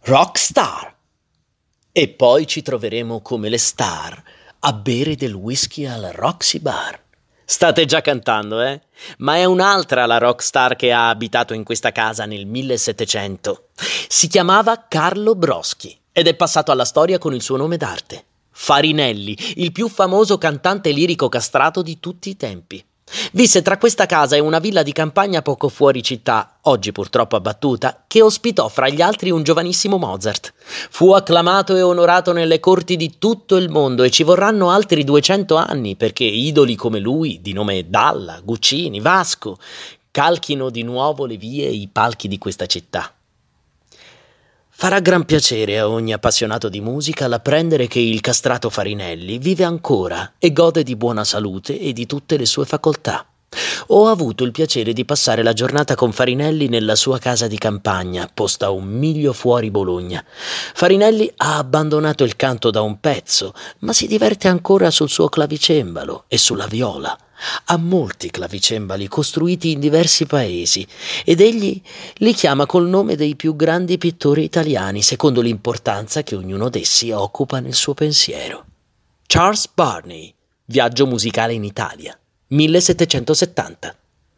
rockstar. E poi ci troveremo come le star a bere del whisky al Roxy Bar. State già cantando, eh? Ma è un'altra la rockstar che ha abitato in questa casa nel 1700. Si chiamava Carlo Broschi ed è passato alla storia con il suo nome d'arte. Farinelli, il più famoso cantante lirico castrato di tutti i tempi. Visse tra questa casa e una villa di campagna poco fuori città, oggi purtroppo abbattuta, che ospitò fra gli altri un giovanissimo Mozart. Fu acclamato e onorato nelle corti di tutto il mondo e ci vorranno altri 200 anni perché idoli come lui, di nome Dalla, Guccini, Vasco, calchino di nuovo le vie e i palchi di questa città. Farà gran piacere a ogni appassionato di musica l'apprendere che il castrato Farinelli vive ancora e gode di buona salute e di tutte le sue facoltà. Ho avuto il piacere di passare la giornata con Farinelli nella sua casa di campagna, posta 1 miglio fuori Bologna. Farinelli ha abbandonato il canto da un pezzo, ma si diverte ancora sul suo clavicembalo e sulla viola. Ha molti clavicembali costruiti in diversi paesi ed egli li chiama col nome dei più grandi pittori italiani, secondo l'importanza che ognuno d'essi occupa nel suo pensiero. Charles Burney, Viaggio musicale in Italia, 1770.